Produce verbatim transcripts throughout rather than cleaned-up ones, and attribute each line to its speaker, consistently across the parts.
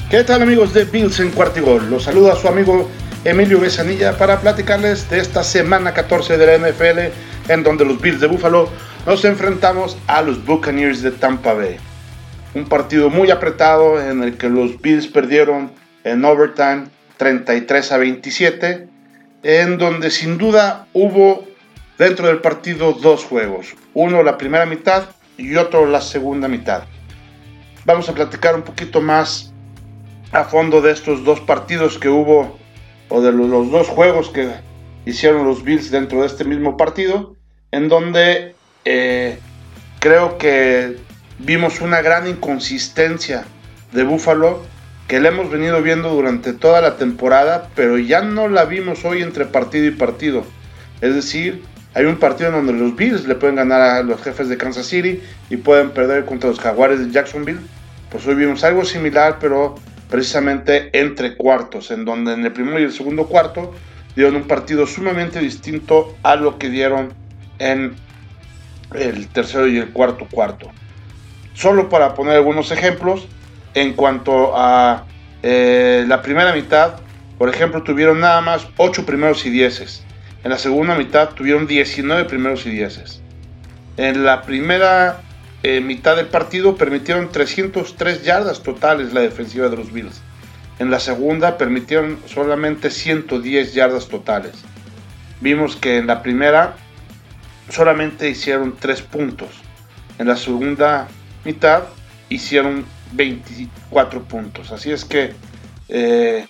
Speaker 1: ¿Qué tal, amigos de Bills en Cuartigol? Los saluda su amigo Emilio Besanilla para platicarles de esta semana catorce de la N F L, en donde los Bills de Buffalo nos enfrentamos a los Buccaneers de Tampa Bay. Un partido muy apretado en el que los Bills perdieron en overtime treinta y tres a veintisiete, en donde sin duda hubo dentro del partido dos juegos, uno la primera mitad y otro la segunda mitad. Vamos a platicar un poquito más a fondo de estos dos partidos que hubo, o de los, los dos juegos que hicieron los Bills dentro de este mismo partido, en donde eh, creo que vimos una gran inconsistencia de Buffalo que la hemos venido viendo durante toda la temporada, pero ya no la vimos hoy entre partido y partido. Es decir, hay un partido en donde los Bills le pueden ganar a los Jefes de Kansas City y pueden perder contra los Jaguares de Jacksonville. Pues hoy vimos algo similar, pero precisamente entre cuartos, en donde en el primero y el segundo cuarto dieron un partido sumamente distinto a lo que dieron en el tercero y el cuarto cuarto. Solo para poner algunos ejemplos, en cuanto a eh, la primera mitad, por ejemplo, tuvieron nada más ocho primeros y dieces. En la segunda mitad tuvieron diecinueve primeros y dieces. En la primera eh, mitad del partido permitieron trescientas tres yardas totales la defensiva de los Bills. En la segunda permitieron solamente ciento diez yardas totales. Vimos que en la primera solamente hicieron tres puntos. En la segunda mitad hicieron veinticuatro puntos. Así es que eh,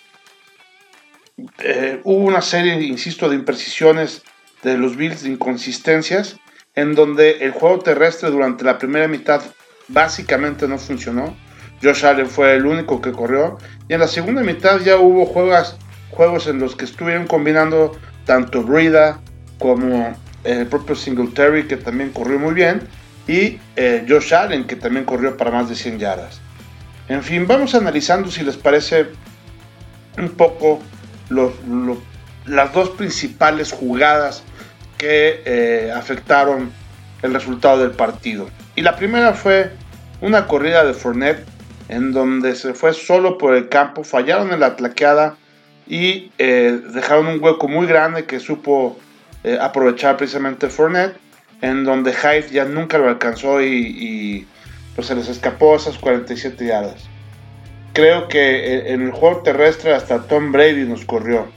Speaker 1: eh, hubo una serie, insisto, de imprecisiones de los Bills, de inconsistencias, en donde el juego terrestre durante la primera mitad básicamente no funcionó. Josh Allen fue el único que corrió, y en la segunda mitad ya hubo juegos, juegos en los que estuvieron combinando tanto Breida como el propio Singletary, que también corrió muy bien, y eh, Josh Allen, que también corrió para más de cien yardas. En fin, vamos analizando, si les parece, un poco los, los, las dos principales jugadas que eh, afectaron el resultado del partido. Y la primera fue una corrida de Fournette, en donde se fue solo por el campo, fallaron en la tacleada y eh, dejaron un hueco muy grande que supo eh, aprovechar precisamente Fournette, en donde Hyde ya nunca lo alcanzó y, y pues se les escapó esas cuarenta y siete yardas. Creo que en el juego terrestre hasta Tom Brady nos corrió.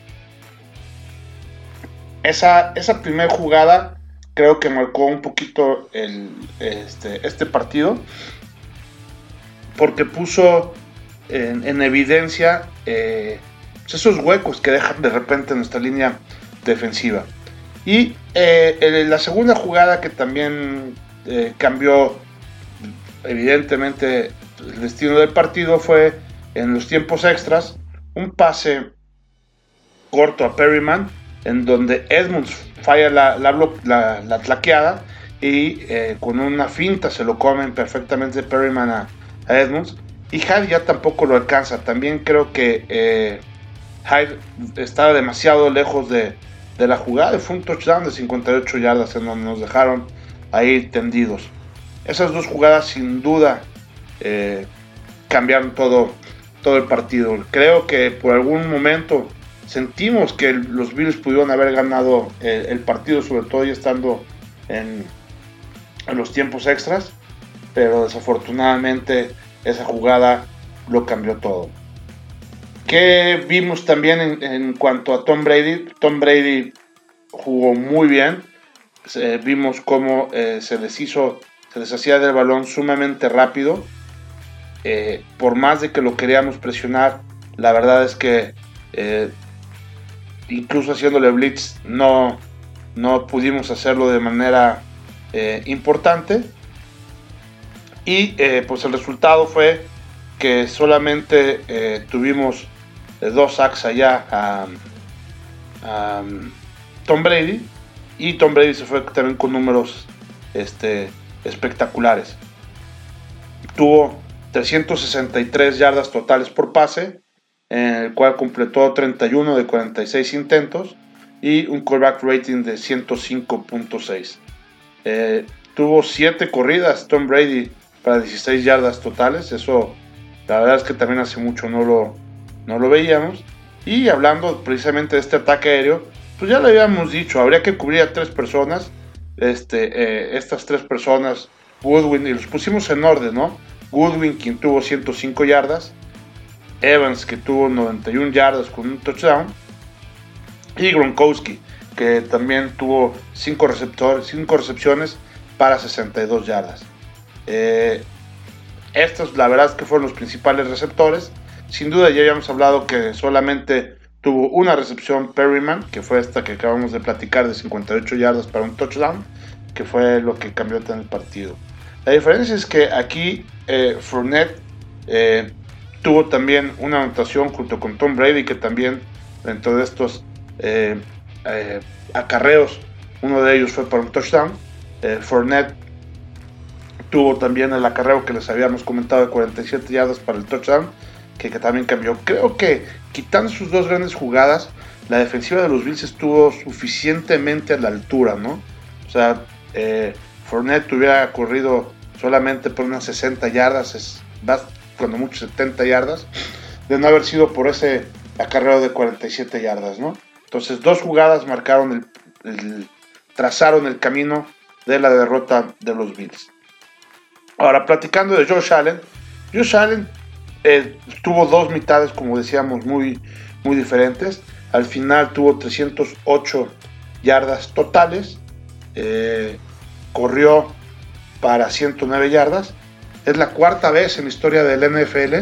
Speaker 1: Esa, esa primera jugada creo que marcó un poquito el, este, este partido, porque puso en, en evidencia eh, esos huecos que dejan de repente nuestra línea defensiva. Y eh, la segunda jugada que también eh, cambió evidentemente el destino del partido fue en los tiempos extras, un pase corto a Perryman, en donde Edmonds falla la, la, la, la tlaqueada y eh, con una finta se lo comen perfectamente Perryman a, a Edmonds, y Hyde ya tampoco lo alcanza. También creo que eh, Hyde estaba demasiado lejos de, de la jugada, y fue un touchdown de cincuenta y ocho yardas en donde nos dejaron ahí tendidos. Esas dos jugadas sin duda eh, cambiaron todo, todo el partido. Creo que por algún momento sentimos que el, los Bills pudieron haber ganado el, el partido, sobre todo ya estando en, en los tiempos extras, pero desafortunadamente esa jugada lo cambió todo. ¿Qué vimos también en, en cuanto a Tom Brady? Tom Brady jugó muy bien. Eh, vimos cómo eh, se les hizo, se les hacía del balón sumamente rápido. Eh, por más de que lo queríamos presionar, la verdad es que eh, incluso haciéndole blitz no, no pudimos hacerlo de manera eh, importante, y eh, pues el resultado fue que solamente eh, tuvimos eh, dos sacks allá a, a Tom Brady, y Tom Brady se fue también con números este, espectaculares. Tuvo trescientas sesenta y tres yardas totales por pase, en el cual completó treinta y uno de cuarenta y seis intentos y un quarterback rating de ciento cinco punto seis. Eh, tuvo siete corridas Tom Brady para dieciséis yardas totales. Eso La verdad es que también hace mucho no lo, no lo veíamos. Y hablando precisamente de este ataque aéreo, pues ya lo habíamos dicho, habría que cubrir a tres personas. Este, eh, estas tres personas, Goodwin, y los pusimos en orden, ¿no? Goodwin, quien tuvo ciento cinco yardas, Evans, que tuvo noventa y una yardas con un touchdown, y Gronkowski, que también tuvo cinco recepciones para sesenta y dos yardas. Eh, estos, la verdad es que fueron los principales receptores. Sin duda ya habíamos hablado que solamente tuvo una recepción Perryman, que fue esta que acabamos de platicar, de cincuenta y ocho yardas para un touchdown, que fue lo que cambió en el partido. La diferencia es que aquí eh, Fournette eh, tuvo también una anotación junto con Tom Brady, que también dentro de estos eh, eh, acarreos, uno de ellos fue para un touchdown. eh, Fournette tuvo también el acarreo que les habíamos comentado de cuarenta y siete yardas para el touchdown, que, que también cambió. Creo que quitando sus dos grandes jugadas, la defensiva de los Bills estuvo suficientemente a la altura, ¿no? O sea, eh, Fournette hubiera corrido solamente por unas sesenta yardas, es, cuando mucho setenta yardas, de no haber sido por ese acarreo de cuarenta y siete yardas, ¿no? Entonces, dos jugadas marcaron el, el trazaron el camino de la derrota de los Bills. Ahora, platicando de Josh Allen, Josh Allen eh, tuvo dos mitades, como decíamos, muy, muy diferentes. Al final tuvo trescientas ocho yardas totales, eh, corrió para ciento nueve yardas. Es la cuarta vez en la historia del N F L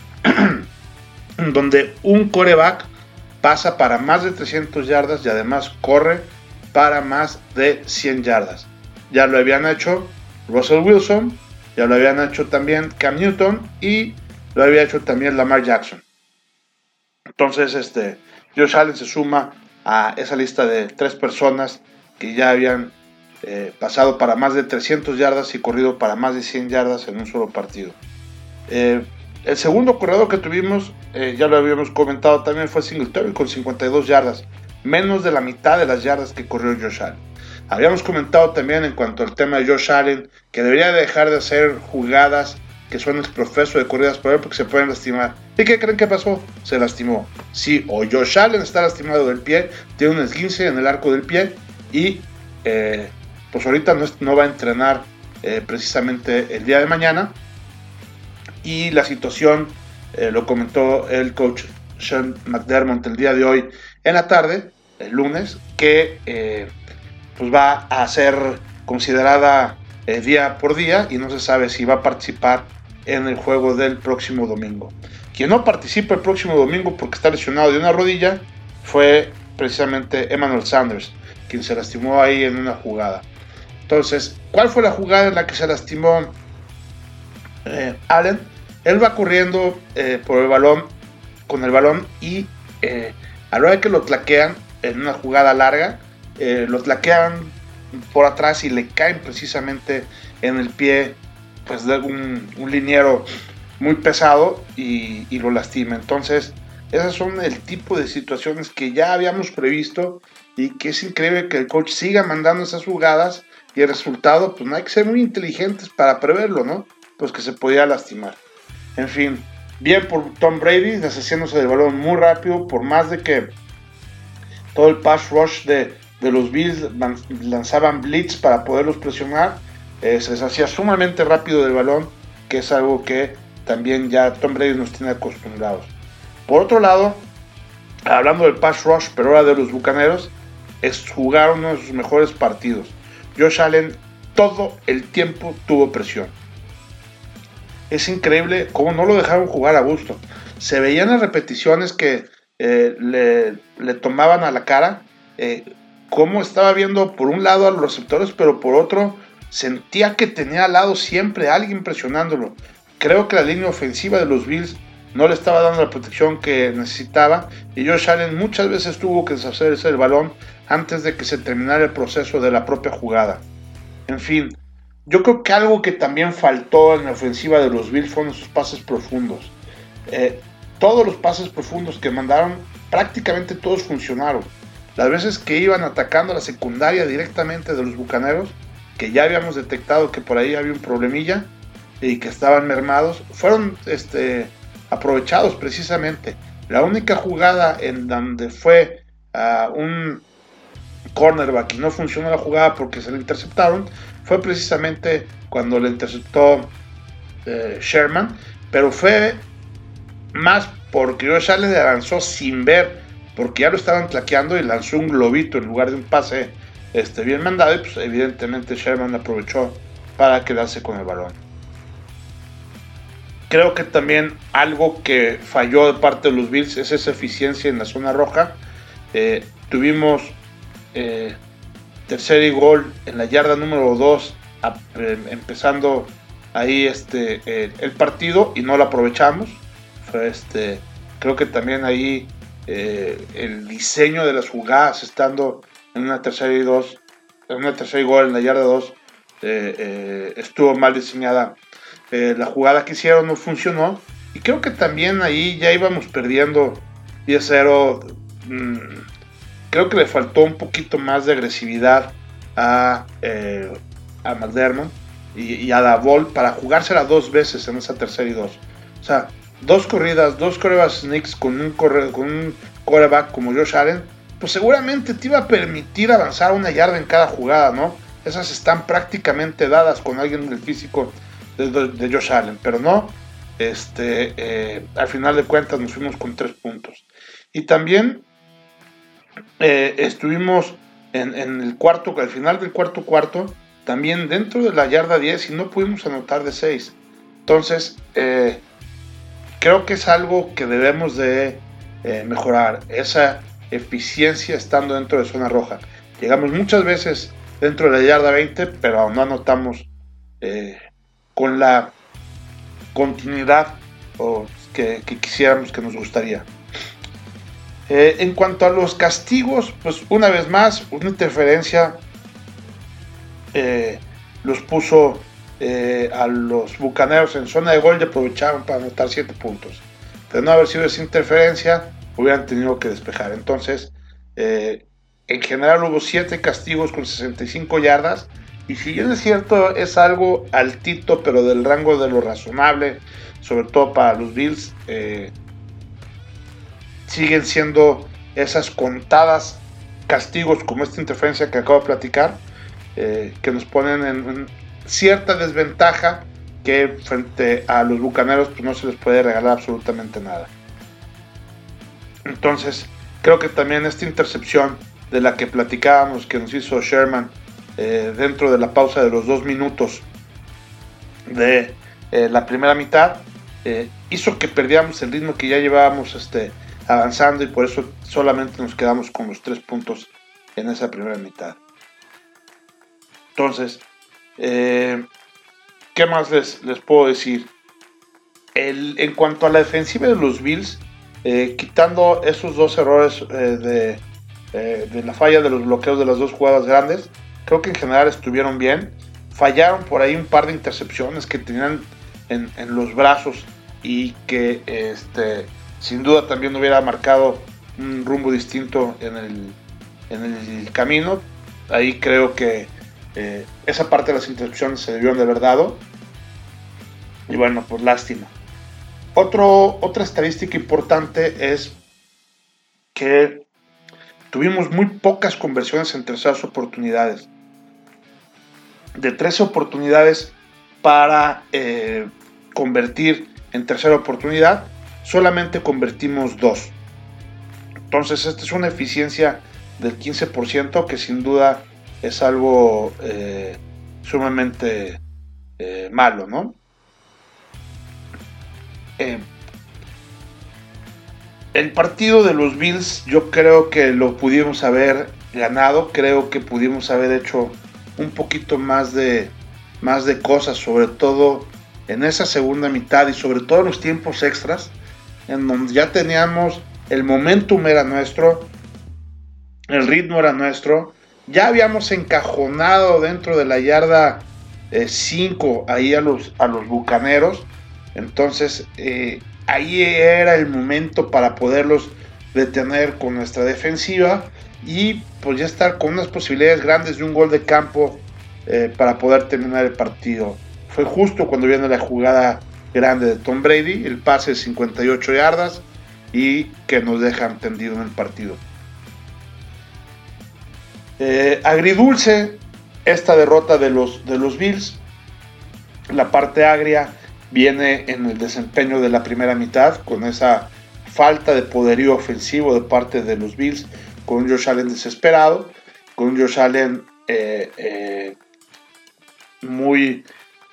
Speaker 1: donde un quarterback pasa para más de trescientas yardas y además corre para más de cien yardas. Ya lo habían hecho Russell Wilson, ya lo habían hecho también Cam Newton y lo había hecho también Lamar Jackson. Entonces, este, Josh Allen se suma a esa lista de tres personas que ya habían eh, pasado para más de trescientas yardas y corrido para más de cien yardas en un solo partido. Eh, el segundo corredor que tuvimos, eh, ya lo habíamos comentado también, fue Singletary con cincuenta y dos yardas, menos de la mitad de las yardas que corrió Josh Allen. Habíamos comentado también en cuanto al tema de Josh Allen que debería dejar de hacer jugadas que son el profeso de corridas por él porque se pueden lastimar. ¿Y qué creen que pasó? Se lastimó. Sí, o Josh Allen está lastimado del pie, tiene un esguince en el arco del pie y eh, pues ahorita no, no va a entrenar eh, precisamente el día de mañana. Y la situación, eh, lo comentó el coach Sean McDermott el día de hoy en la tarde, el lunes, que eh, pues va a ser considerada eh, día por día y no se sabe si va a participar en el juego del próximo domingo. Quien no participa el próximo domingo porque está lesionado de una rodilla fue precisamente Emmanuel Sanders, quien se lastimó ahí en una jugada. Entonces, ¿cuál fue la jugada en la que se lastimó eh, Allen? Él va corriendo eh, por el balón, con el balón y eh, a la hora que lo tlaquean en una jugada larga, eh, lo tlaquean por atrás y le caen precisamente en el pie pues de un, un liniero muy pesado y, y lo lastima. Entonces, esas son el tipo de situaciones que ya habíamos previsto y que es increíble que el coach siga mandando esas jugadas y el resultado, pues no hay que ser muy inteligentes para preverlo, ¿no? Pues que se podía lastimar. En fin, bien por Tom Brady, deshaciéndose del balón muy rápido, por más de que todo el pass rush de, de los Bills lanzaban blitz para poderlos presionar, eh, se deshacía sumamente rápido del balón, que es algo que también ya Tom Brady nos tiene acostumbrados. Por otro lado, hablando del pass rush, pero ahora de los Bucaneros, es jugar uno de sus mejores partidos. Josh Allen todo el tiempo tuvo presión. Es increíble cómo no lo dejaron jugar a gusto. Se veían las repeticiones que eh, le, le tomaban a la cara, eh, cómo estaba viendo por un lado a los receptores, pero por otro sentía que tenía al lado siempre a alguien presionándolo. Creo que la línea ofensiva de los Bills no le estaba dando la protección que necesitaba y Josh Allen muchas veces tuvo que deshacerse del balón antes de que se terminara el proceso de la propia jugada. En fin, yo creo que algo que también faltó en la ofensiva de los Bills fueron sus pases profundos. Eh, todos los pases profundos que mandaron, prácticamente todos funcionaron. Las veces que iban atacando a la secundaria directamente de los Bucaneros, que ya habíamos detectado que por ahí había un problemilla, y que estaban mermados, fueron este, aprovechados precisamente. La única jugada en donde fue uh, un cornerback y no funcionó la jugada porque se le interceptaron fue precisamente cuando le interceptó eh, Sherman, pero fue más porque Josh Allen le lanzó sin ver, porque ya lo estaban tlaqueando y lanzó un globito en lugar de un pase este, bien mandado, y pues evidentemente Sherman aprovechó para quedarse con el balón. Creo que también algo que falló de parte de los Bills es esa eficiencia en la zona roja. Eh, tuvimos eh, tercer y gol en la yarda número dos, a, eh, empezando ahí este, eh, el partido, y no lo aprovechamos. Fue este, creo que también ahí eh, el diseño de las jugadas, estando en una tercera y dos, en una tercera y gol en la yarda dos, eh, eh, estuvo mal diseñada. Eh, la jugada que hicieron no funcionó, y creo que también ahí ya íbamos perdiendo diez cero. Mm, creo que le faltó un poquito más de agresividad a, eh, a McDermott y, y a Daboll para jugársela dos veces en esa tercera y dos. O sea, dos corridas, dos quarterback sneaks con un, corre, con un quarterback como Josh Allen, pues seguramente te iba a permitir avanzar una yarda en cada jugada, ¿no? Esas están prácticamente dadas con alguien del físico de, de, de Josh Allen, pero no, este, eh, al final de cuentas nos fuimos con tres puntos. Y también eh, estuvimos en, en el cuarto, al final del cuarto cuarto, también dentro de la yarda diez, y no pudimos anotar de seis. Entonces, eh, creo que es algo que debemos de eh, mejorar, esa eficiencia estando dentro de zona roja. Llegamos muchas veces dentro de la yarda veinte, pero no anotamos eh, con la continuidad o que, que quisiéramos, que nos gustaría. Eh, en cuanto a los castigos, pues una vez más, una interferencia eh, los puso eh, a los Bucaneros en zona de gol y aprovecharon para anotar siete puntos. De no haber sido esa interferencia, hubieran tenido que despejar. Entonces, eh, en general hubo siete castigos con sesenta y cinco yardas, y si bien es cierto, es algo altito, pero del rango de lo razonable, sobre todo para los Bills, eh, siguen siendo esas contadas castigos como esta interferencia que acabo de platicar, eh, que nos ponen en, en cierta desventaja, que frente a los Bucaneros pues no se les puede regalar absolutamente nada. Entonces creo que también esta intercepción de la que platicábamos, que nos hizo Sherman eh, dentro de la pausa de los dos minutos de eh, la primera mitad, eh, hizo que perdiéramos el ritmo que ya llevábamos este, avanzando, y por eso solamente nos quedamos con los tres puntos en esa primera mitad. Entonces, eh, ¿qué más les, les puedo decir? El, en cuanto a la defensiva de los Bills, eh, quitando esos dos errores eh, de, eh, de la falla de los bloqueos de las dos jugadas grandes, creo que en general estuvieron bien. Fallaron por ahí un par de intercepciones que tenían en, en los brazos, y que este, sin duda también hubiera marcado un rumbo distinto en el, en el camino. Ahí creo que eh, esa parte de las intercepciones se debieron de haber dado, y bueno, pues lástima. Otro, otra estadística importante es que tuvimos muy pocas conversiones en terceras oportunidades. De trece oportunidades para eh, convertir en tercera oportunidad, solamente convertimos dos. Entonces esta es una eficiencia del quince por ciento, que sin duda es algo eh, sumamente eh, malo, ¿no? Eh, el partido de los Bills yo creo que lo pudimos haber ganado, creo que pudimos haber hecho un poquito más de, más de cosas, sobre todo en esa segunda mitad, y sobre todo en los tiempos extras, en donde ya teníamos el momentum era nuestro, el ritmo era nuestro, ya habíamos encajonado dentro de la yarda cinco eh, ahí a los, a los Bucaneros. Entonces eh, ahí era el momento para poderlos detener con nuestra defensiva, y pues ya estar con unas posibilidades grandes de un gol de campo eh, para poder terminar el partido. fue justo cuando viene la jugada grande de Tom Brady, el pase de cincuenta y ocho yardas y que nos dejan tendido en el partido. Eh, agridulce esta derrota de los, de los Bills. La parte agria viene en el desempeño de la primera mitad, con esa falta de poderío ofensivo de parte de los Bills, con un Josh Allen desesperado, con un Josh Allen eh, eh, muy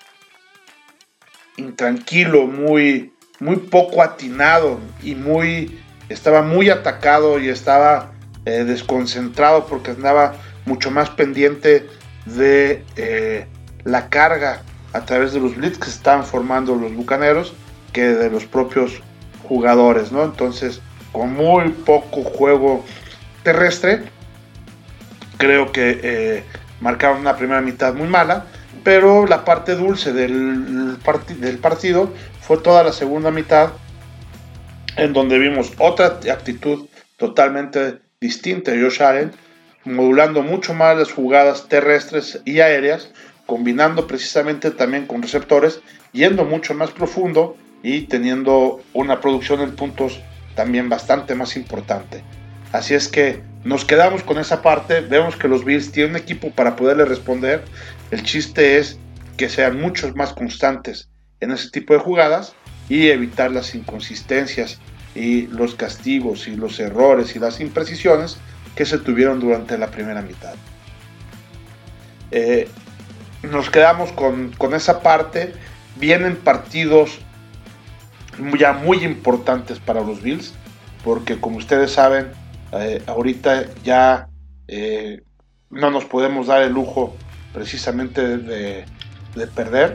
Speaker 1: intranquilo, muy, muy poco atinado y muy, estaba muy atacado y estaba eh, desconcentrado porque andaba mucho más pendiente de eh, la carga a través de los blitz que se estaban formando los Bucaneros que de los propios jugadores, ¿no? Entonces, con muy poco juego terrestre, creo que eh, marcaron una primera mitad muy mala, pero la parte dulce del, part- del partido fue toda la segunda mitad, en donde vimos otra actitud totalmente distinta de Josh Allen, modulando mucho más las jugadas terrestres y aéreas, combinando precisamente también con receptores, yendo mucho más profundo y teniendo una producción en puntos también bastante más importante. Así es que nos quedamos con esa parte, vemos que los Bills tienen un equipo para poderle responder. El chiste es que sean muchos más constantes en ese tipo de jugadas y evitar las inconsistencias y los castigos y los errores y las imprecisiones que se tuvieron durante la primera mitad. Eh, nos quedamos con, con esa parte. Vienen partidos ya muy importantes para los Bills, porque como ustedes saben, eh, ahorita ya eh, no nos podemos dar el lujo precisamente de, de perder.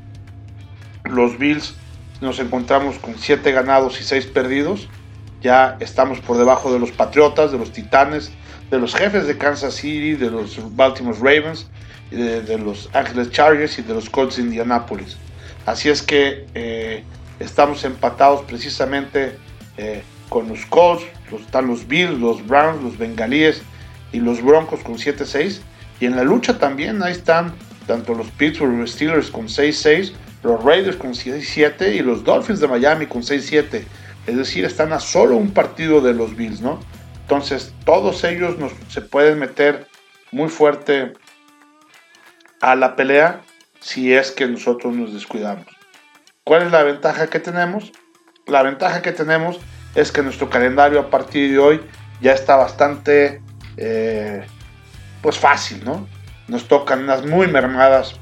Speaker 1: Los Bills nos encontramos con siete ganados y seis perdidos. Ya estamos por debajo de los Patriotas, de los Titanes, de los Jefes de Kansas City, de los Baltimore Ravens, de, de los Angeles Chargers y de los Colts de Indianapolis. Así es que eh, estamos empatados precisamente eh, con los Colts, los, están los Bills, los Browns, los Bengalíes y los Broncos con siete seis. Y en la lucha también ahí están tanto los Pittsburgh Steelers con seis seis, los Raiders con seis siete y los Dolphins de Miami con seis siete. Es decir, están a solo un partido de los Bills, ¿no? Entonces, todos ellos nos, se pueden meter muy fuerte a la pelea si es que nosotros nos descuidamos. ¿Cuál es la ventaja que tenemos? La ventaja que tenemos es que nuestro calendario a partir de hoy ya está bastante eh, pues fácil, ¿no? Nos tocan unas muy mermadas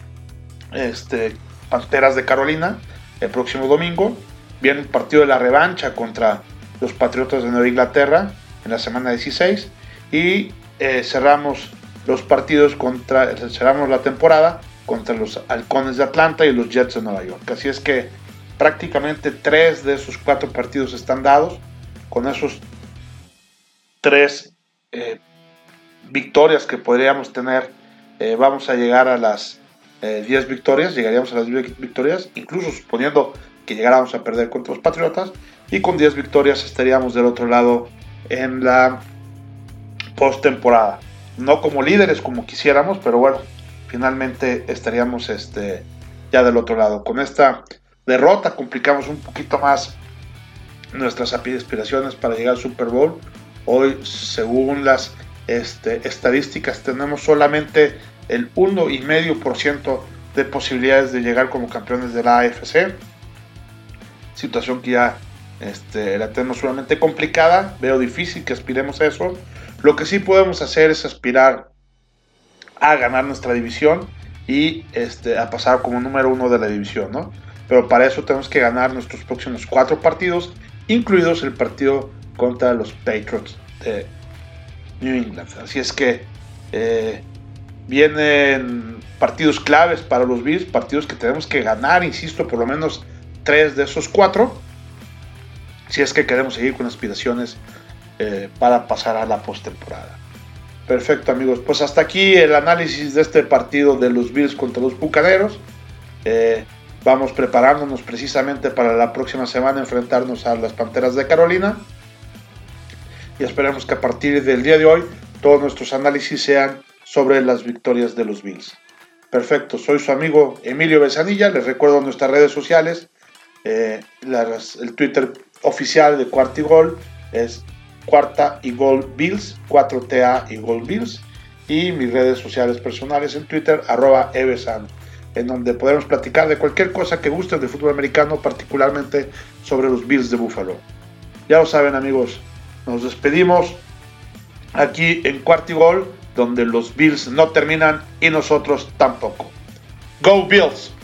Speaker 1: este, Panteras de Carolina el próximo domingo. Viene el partido de la revancha contra los Patriotas de Nueva Inglaterra en la semana dieciséis y eh, cerramos los partidos contra, cerramos la temporada contra los Halcones de Atlanta y los Jets de Nueva York. Así es que prácticamente tres de esos cuatro partidos están dados. Con esos tres eh, victorias que podríamos tener, eh, vamos a llegar a las eh, diez victorias, llegaríamos a las diez victorias, incluso suponiendo que llegáramos a perder contra los Patriotas, y con diez victorias estaríamos del otro lado en la postemporada. No como líderes como quisiéramos, pero bueno, finalmente estaríamos este, ya del otro lado. Con esta derrota complicamos un poquito más nuestras aspiraciones para llegar al Super Bowl. Hoy, según las este, estadísticas, tenemos solamente el uno coma cinco por ciento de posibilidades de llegar como campeones de la A F C. Situación que ya este, la tenemos sumamente complicada. Veo difícil que aspiremos a eso. Lo que sí podemos hacer es aspirar a ganar nuestra división y este, a pasar como número uno de la división, ¿no? Pero para eso tenemos que ganar nuestros próximos cuatro partidos, incluidos el partido contra los Patriots de New England. Así es que eh, vienen partidos claves para los Bills, partidos que tenemos que ganar, insisto, por lo menos tres de esos cuatro, si es que queremos seguir con aspiraciones eh, para pasar a la postemporada. Perfecto, amigos, pues hasta aquí el análisis de este partido de los Bills contra los Bucaneros. Eh, vamos preparándonos precisamente para la próxima semana enfrentarnos a las Panteras de Carolina y esperemos que a partir del día de hoy todos nuestros análisis sean sobre las victorias de los Bills. Perfecto, soy su amigo Emilio Besanilla. Les recuerdo nuestras redes sociales. Eh, las, el Twitter oficial de Cuarta y Gol es Cuarta y Gol Bills, cuatro T A y Gol Bills. Y mis redes sociales personales en Twitter, arroba ebesan, en donde podemos platicar de cualquier cosa que gusten de fútbol americano, particularmente sobre los Bills de Buffalo. Ya lo saben, amigos, nos despedimos aquí en Cuarta y Gol, donde los Bills no terminan y nosotros tampoco. ¡Go Bills!